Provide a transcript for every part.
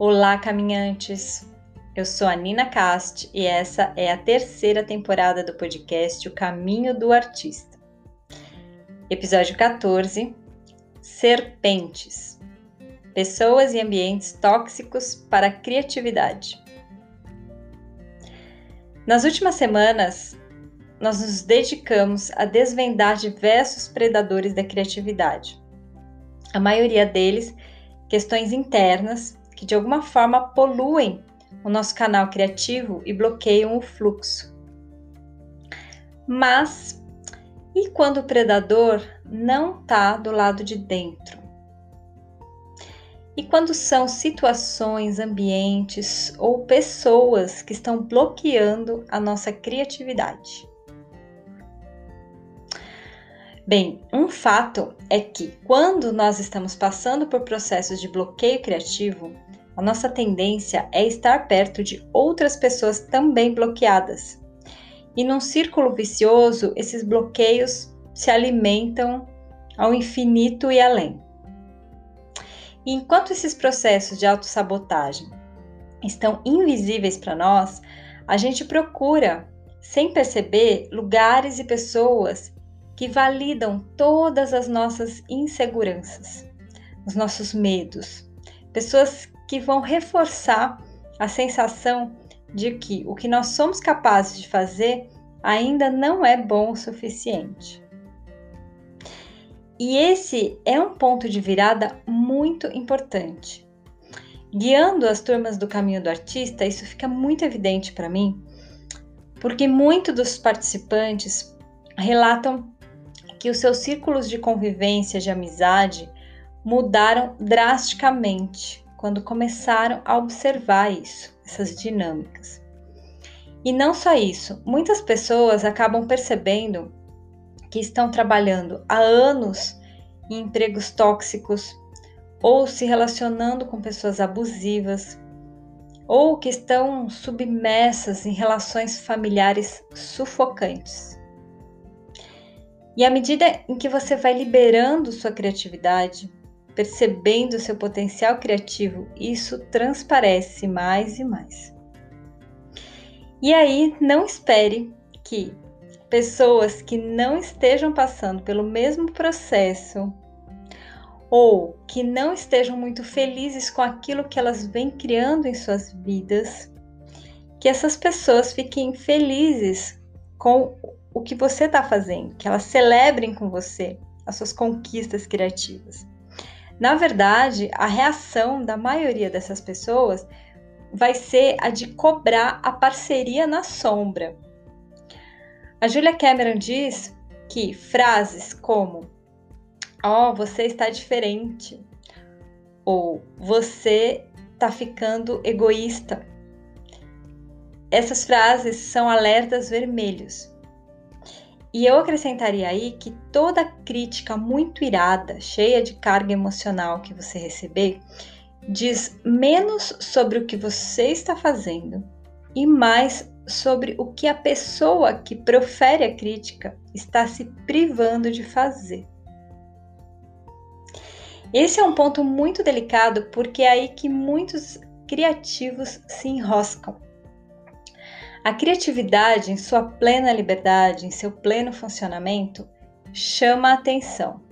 Olá, caminhantes! Eu sou a Nina Cast e essa é a terceira temporada do podcast O Caminho do Artista. Episódio 14: Serpentes. Pessoas e ambientes tóxicos para a criatividade. Nas últimas semanas, nós nos dedicamos a desvendar diversos predadores da criatividade. A maioria deles, questões internas que de alguma forma poluem o nosso canal criativo e bloqueiam o fluxo. Mas, e quando o predador não está do lado de dentro? E quando são situações, ambientes ou pessoas que estão bloqueando a nossa criatividade? Bem, um fato é que quando nós estamos passando por processos de bloqueio criativo, a nossa tendência é estar perto de outras pessoas também bloqueadas. E num círculo vicioso, esses bloqueios se alimentam ao infinito e além. E enquanto esses processos de autossabotagem estão invisíveis para nós, a gente procura, sem perceber, lugares e pessoas que validam todas as nossas inseguranças, os nossos medos, pessoas que vão reforçar a sensação de que o que nós somos capazes de fazer ainda não é bom o suficiente. E esse é um ponto de virada muito importante. Guiando as turmas do Caminho do Artista, isso fica muito evidente para mim, porque muitos dos participantes relatam que os seus círculos de convivência, de amizade, mudaram drasticamente quando começaram a observar isso, essas dinâmicas. E não só isso, muitas pessoas acabam percebendo que estão trabalhando há anos em empregos tóxicos, ou se relacionando com pessoas abusivas, ou que estão submersas em relações familiares sufocantes. E à medida em que você vai liberando sua criatividade, percebendo seu potencial criativo, isso transparece mais e mais. E aí, não espere que pessoas que não estejam passando pelo mesmo processo ou que não estejam muito felizes com aquilo que elas vêm criando em suas vidas, que essas pessoas fiquem felizes com o que você está fazendo, que elas celebrem com você as suas conquistas criativas. Na verdade, a reação da maioria dessas pessoas vai ser a de cobrar a parceria na sombra. A Julia Cameron diz que frases como você está diferente, ou você está ficando egoísta, essas frases são alertas vermelhos. E eu acrescentaria aí que toda crítica muito irada, cheia de carga emocional que você receber, diz menos sobre o que você está fazendo e mais sobre o que a pessoa que profere a crítica está se privando de fazer. Esse é um ponto muito delicado porque é aí que muitos criativos se enroscam. A criatividade, em sua plena liberdade, em seu pleno funcionamento, chama a atenção.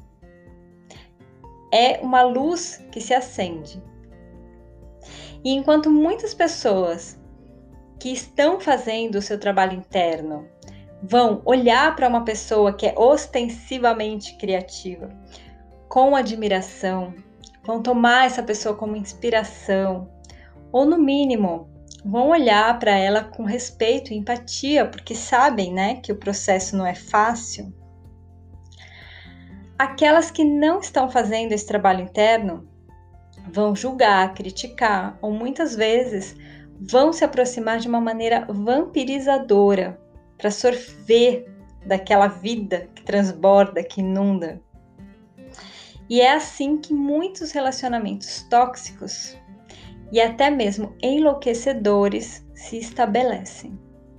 É uma luz que se acende. E enquanto muitas pessoas que estão fazendo o seu trabalho interno vão olhar para uma pessoa que é ostensivamente criativa com admiração, vão tomar essa pessoa como inspiração, ou no mínimo, vão olhar para ela com respeito e empatia, porque sabem, que o processo não é fácil. Aquelas que não estão fazendo esse trabalho interno vão julgar, criticar, ou muitas vezes vão se aproximar de uma maneira vampirizadora para sorver daquela vida que transborda, que inunda. E é assim que muitos relacionamentos tóxicos e até mesmo enlouquecedores se estabelecem.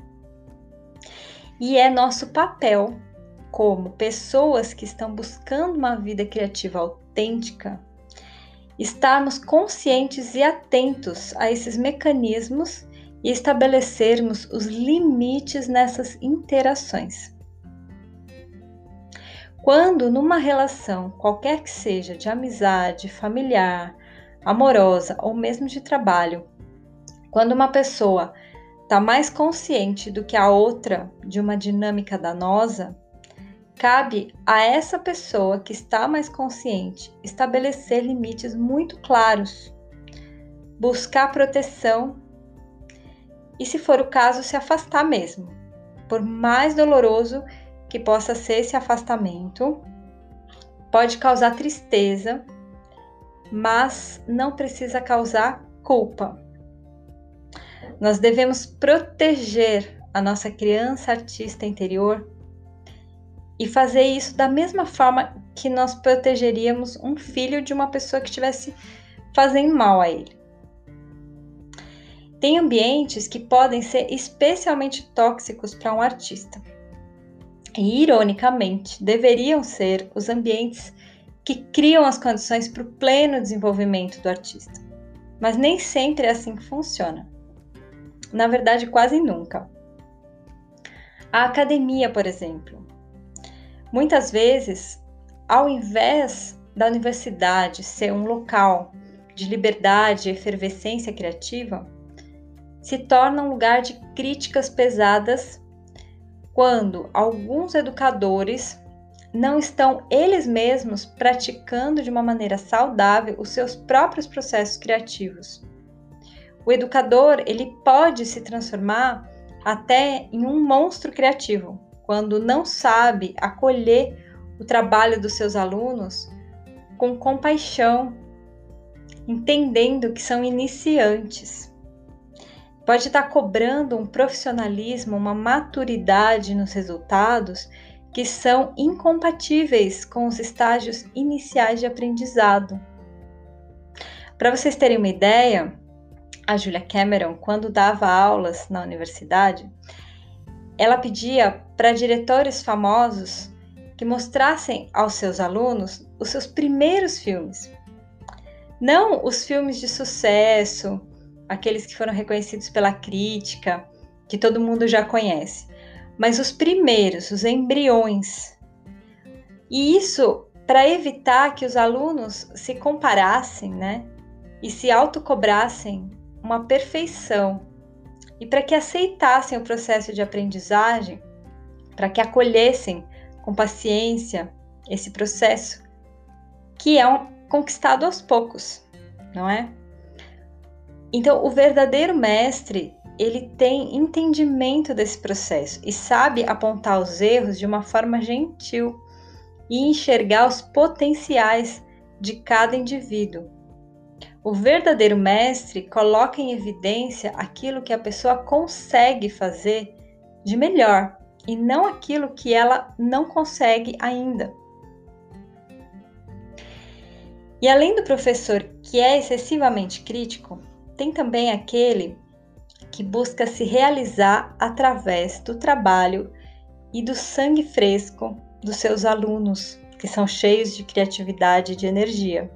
E é nosso papel, como pessoas que estão buscando uma vida criativa autêntica, estarmos conscientes e atentos a esses mecanismos e estabelecermos os limites nessas interações. Quando numa relação, qualquer que seja, de amizade, familiar, amorosa ou mesmo de trabalho, quando uma pessoa está mais consciente do que a outra de uma dinâmica danosa, cabe a essa pessoa que está mais consciente estabelecer limites muito claros, buscar proteção e, se for o caso, se afastar mesmo. Por mais doloroso que possa ser esse afastamento, pode causar tristeza, mas não precisa causar culpa. Nós devemos proteger a nossa criança artista interior e fazer isso da mesma forma que nós protegeríamos um filho de uma pessoa que estivesse fazendo mal a ele. Tem ambientes que podem ser especialmente tóxicos para um artista. E, ironicamente, deveriam ser os ambientes que criam as condições para o pleno desenvolvimento do artista. Mas nem sempre é assim que funciona. Na verdade, quase nunca. A academia, por exemplo. Muitas vezes, ao invés da universidade ser um local de liberdade e efervescência criativa, se torna um lugar de críticas pesadas quando alguns educadores não estão eles mesmos praticando de uma maneira saudável os seus próprios processos criativos. O educador, ele pode se transformar até em um monstro criativo, quando não sabe acolher o trabalho dos seus alunos com compaixão, entendendo que são iniciantes. Pode estar cobrando um profissionalismo, uma maturidade nos resultados que são incompatíveis com os estágios iniciais de aprendizado. Para vocês terem uma ideia, a Julia Cameron, quando dava aulas na universidade, ela pedia para diretores famosos que mostrassem aos seus alunos os seus primeiros filmes. Não os filmes de sucesso, aqueles que foram reconhecidos pela crítica, que todo mundo já conhece, mas os primeiros, os embriões. E isso para evitar que os alunos se comparassem, e se autocobrassem uma perfeição, e para que aceitassem o processo de aprendizagem, para que acolhessem com paciência esse processo, que é conquistado aos poucos, não é? Então, o verdadeiro mestre, ele tem entendimento desse processo e sabe apontar os erros de uma forma gentil e enxergar os potenciais de cada indivíduo. O verdadeiro mestre coloca em evidência aquilo que a pessoa consegue fazer de melhor e não aquilo que ela não consegue ainda. E além do professor que é excessivamente crítico, tem também aquele que busca se realizar através do trabalho e do sangue fresco dos seus alunos, que são cheios de criatividade e de energia.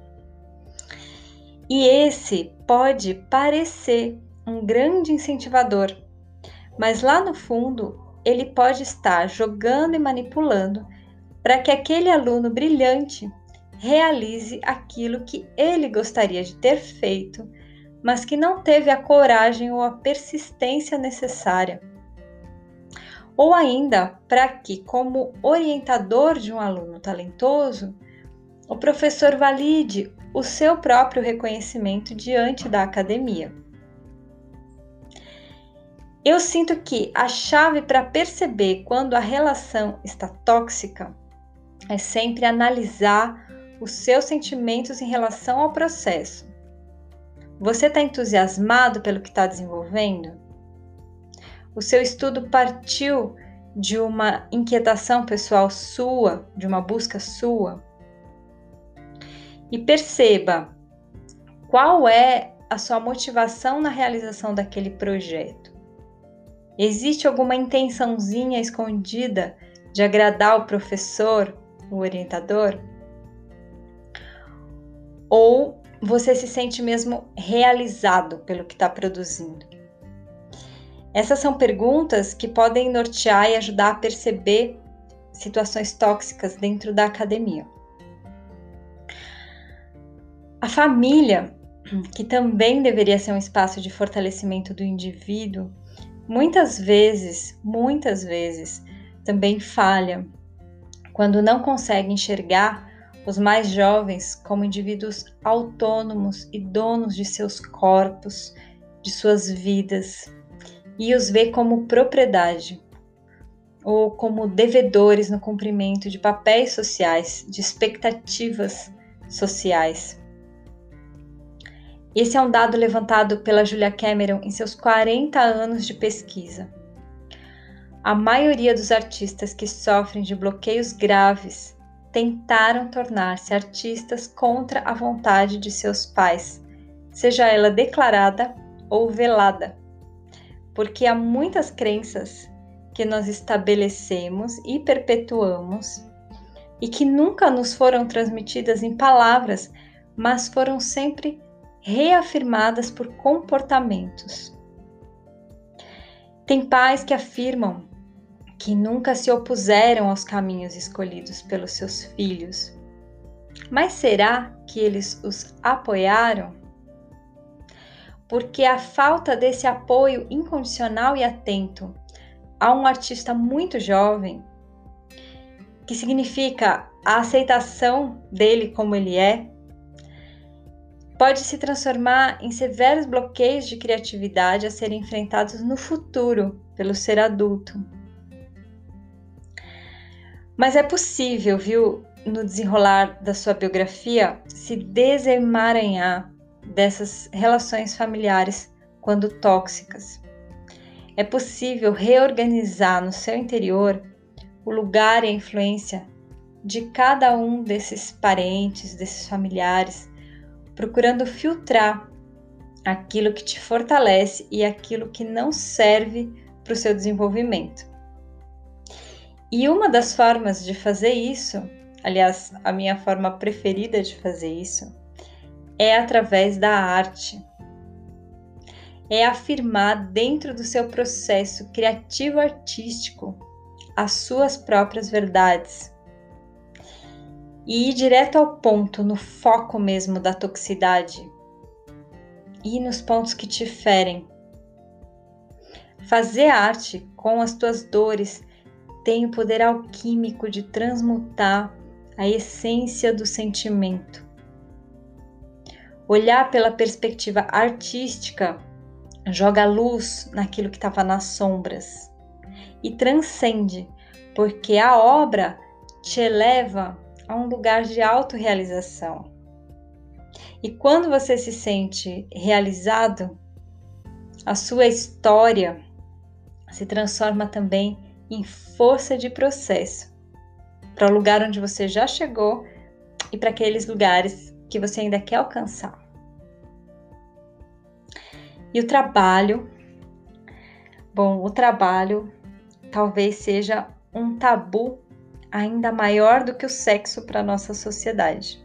E esse pode parecer um grande incentivador, mas lá no fundo ele pode estar jogando e manipulando para que aquele aluno brilhante realize aquilo que ele gostaria de ter feito, mas que não teve a coragem ou a persistência necessária. Ou ainda para que, como orientador de um aluno talentoso, o professor valide o seu próprio reconhecimento diante da academia. Eu sinto que a chave para perceber quando a relação está tóxica é sempre analisar os seus sentimentos em relação ao processo. Você está entusiasmado pelo que está desenvolvendo? O seu estudo partiu de uma inquietação pessoal sua, de uma busca sua? E perceba qual é a sua motivação na realização daquele projeto. Existe alguma intençãozinha escondida de agradar o professor, o orientador? Ou você se sente mesmo realizado pelo que está produzindo? Essas são perguntas que podem nortear e ajudar a perceber situações tóxicas dentro da academia. A família, que também deveria ser um espaço de fortalecimento do indivíduo, muitas vezes, também falha quando não consegue enxergar os mais jovens como indivíduos autônomos e donos de seus corpos, de suas vidas, e os vê como propriedade ou como devedores no cumprimento de papéis sociais, de expectativas sociais. Esse é um dado levantado pela Julia Cameron em seus 40 anos de pesquisa. A maioria dos artistas que sofrem de bloqueios graves tentaram tornar-se artistas contra a vontade de seus pais, seja ela declarada ou velada, porque há muitas crenças que nós estabelecemos e perpetuamos e que nunca nos foram transmitidas em palavras, mas foram sempre reafirmadas por comportamentos. Tem pais que afirmam que nunca se opuseram aos caminhos escolhidos pelos seus filhos. Mas será que eles os apoiaram? Porque a falta desse apoio incondicional e atento a um artista muito jovem, que significa a aceitação dele como ele é, pode se transformar em severos bloqueios de criatividade a serem enfrentados no futuro pelo ser adulto. Mas é possível, viu, no desenrolar da sua biografia, se desemaranhar dessas relações familiares quando tóxicas. É possível reorganizar no seu interior o lugar e a influência de cada um desses parentes, desses familiares, procurando filtrar aquilo que te fortalece e aquilo que não serve para o seu desenvolvimento. E uma das formas de fazer isso, aliás, a minha forma preferida de fazer isso, é através da arte. É afirmar dentro do seu processo criativo artístico as suas próprias verdades. E ir direto ao ponto, no foco mesmo da toxicidade. E nos pontos que te ferem. Fazer arte com as tuas dores tem o poder alquímico de transmutar a essência do sentimento. Olhar pela perspectiva artística joga luz naquilo que estava nas sombras e transcende, porque a obra te eleva a um lugar de autorrealização. E quando você se sente realizado, a sua história se transforma também em força de processo para o lugar onde você já chegou e para aqueles lugares que você ainda quer alcançar. E o trabalho talvez seja um tabu ainda maior do que o sexo para a nossa sociedade.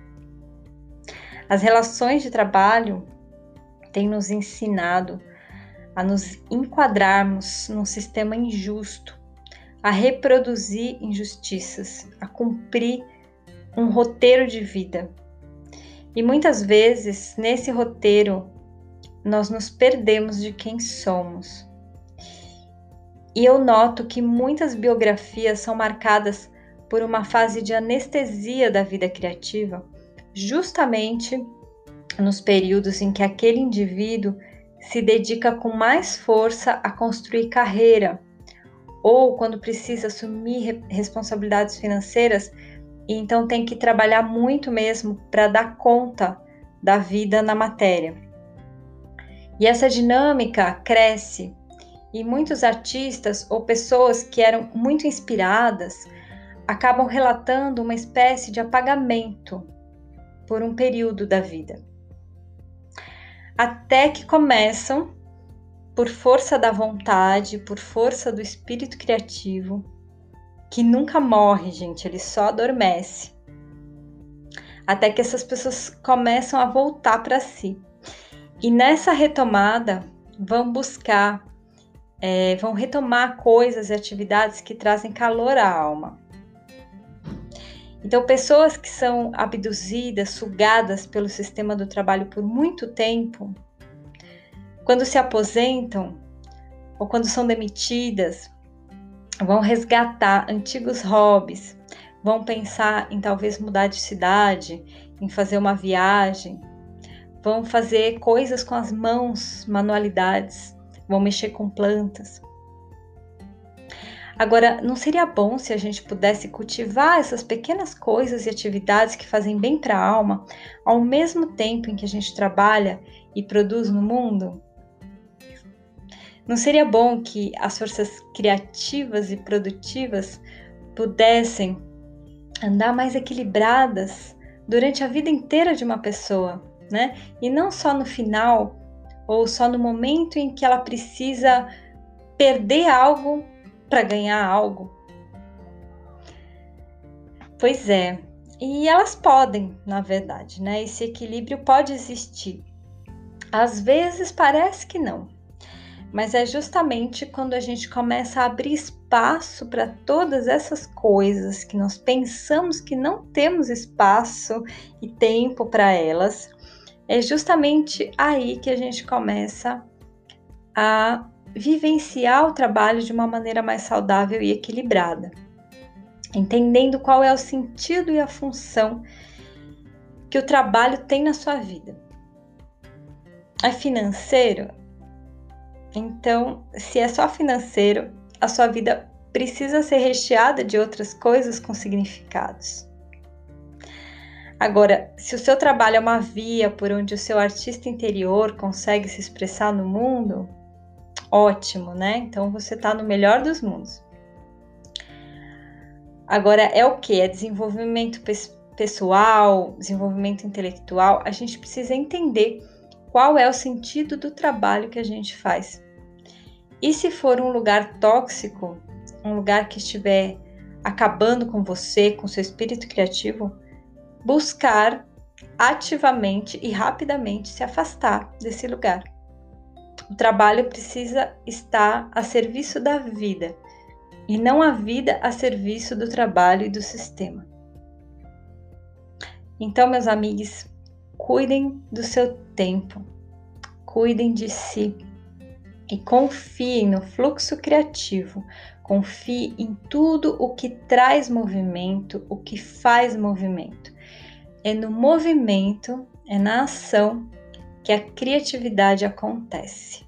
As relações de trabalho têm nos ensinado a nos enquadrarmos num sistema injusto, a reproduzir injustiças, a cumprir um roteiro de vida. E muitas vezes, nesse roteiro, nós nos perdemos de quem somos. E eu noto que muitas biografias são marcadas por uma fase de anestesia da vida criativa, justamente nos períodos em que aquele indivíduo se dedica com mais força a construir carreira, ou quando precisa assumir responsabilidades financeiras e então tem que trabalhar muito mesmo para dar conta da vida na matéria. E essa dinâmica cresce e muitos artistas ou pessoas que eram muito inspiradas acabam relatando uma espécie de apagamento por um período da vida. Até que começam, por força da vontade, por força do espírito criativo, que nunca morre, gente, ele só adormece, até que essas pessoas começam a voltar para si. E nessa retomada, vão buscar, vão retomar coisas e atividades que trazem calor à alma. Então, pessoas que são abduzidas, sugadas pelo sistema do trabalho por muito tempo, quando se aposentam ou quando são demitidas, vão resgatar antigos hobbies, vão pensar em talvez mudar de cidade, em fazer uma viagem, vão fazer coisas com as mãos, manualidades, vão mexer com plantas. Agora, não seria bom se a gente pudesse cultivar essas pequenas coisas e atividades que fazem bem para a alma, ao mesmo tempo em que a gente trabalha e produz no mundo? Não seria bom que as forças criativas e produtivas pudessem andar mais equilibradas durante a vida inteira de uma pessoa, né? E não só no final ou só no momento em que ela precisa perder algo para ganhar algo. Pois é, e elas podem, na verdade, né? Esse equilíbrio pode existir. Às vezes parece que não, mas é justamente quando a gente começa a abrir espaço para todas essas coisas que nós pensamos que não temos espaço e tempo para elas, é justamente aí que a gente começa a vivenciar o trabalho de uma maneira mais saudável e equilibrada, entendendo qual é o sentido e a função que o trabalho tem na sua vida. É financeiro? Então, se é só financeiro, a sua vida precisa ser recheada de outras coisas com significados. Agora, se o seu trabalho é uma via por onde o seu artista interior consegue se expressar no mundo, ótimo, né? Então você está no melhor dos mundos. Agora, é o que? É desenvolvimento pessoal, desenvolvimento intelectual. A gente precisa entender qual é o sentido do trabalho que a gente faz. E se for um lugar tóxico, um lugar que estiver acabando com você, com seu espírito criativo, buscar ativamente e rapidamente se afastar desse lugar. O trabalho precisa estar a serviço da vida e não a vida a serviço do trabalho e do sistema. Então, meus amigos, cuidem do seu tempo, cuidem de si e confiem no fluxo criativo, confie em tudo o que traz movimento, o que faz movimento. É no movimento, é na ação que a criatividade acontece.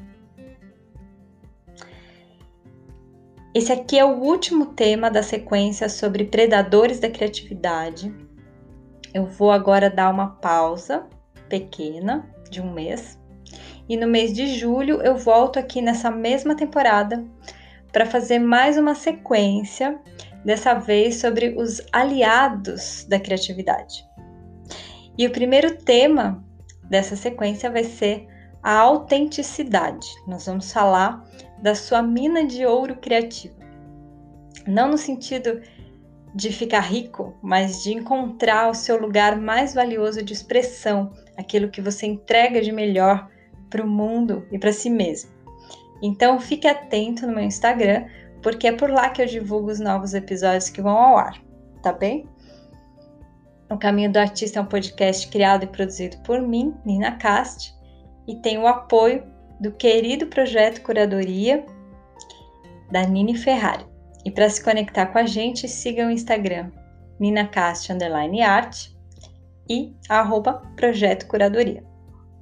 Esse aqui é o último tema da sequência sobre predadores da criatividade. Eu vou agora dar uma pausa pequena de um mês. E no mês de julho eu volto aqui nessa mesma temporada para fazer mais uma sequência, dessa vez sobre os aliados da criatividade. E o primeiro tema dessa sequência vai ser a autenticidade. Nós vamos falar da sua mina de ouro criativa. Não no sentido de ficar rico, mas de encontrar o seu lugar mais valioso de expressão, aquilo que você entrega de melhor para o mundo e para si mesmo. Então fique atento no meu Instagram, porque é por lá que eu divulgo os novos episódios que vão ao ar, tá bem? O Caminho do Artista é um podcast criado e produzido por mim, Nina Cast, e tem o apoio do querido projeto Curadoria da Nini Ferrari. E para se conectar com a gente, siga o Instagram ninacast_art e @projeto Curadoria.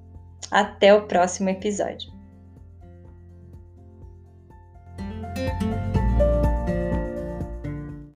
Até o próximo episódio.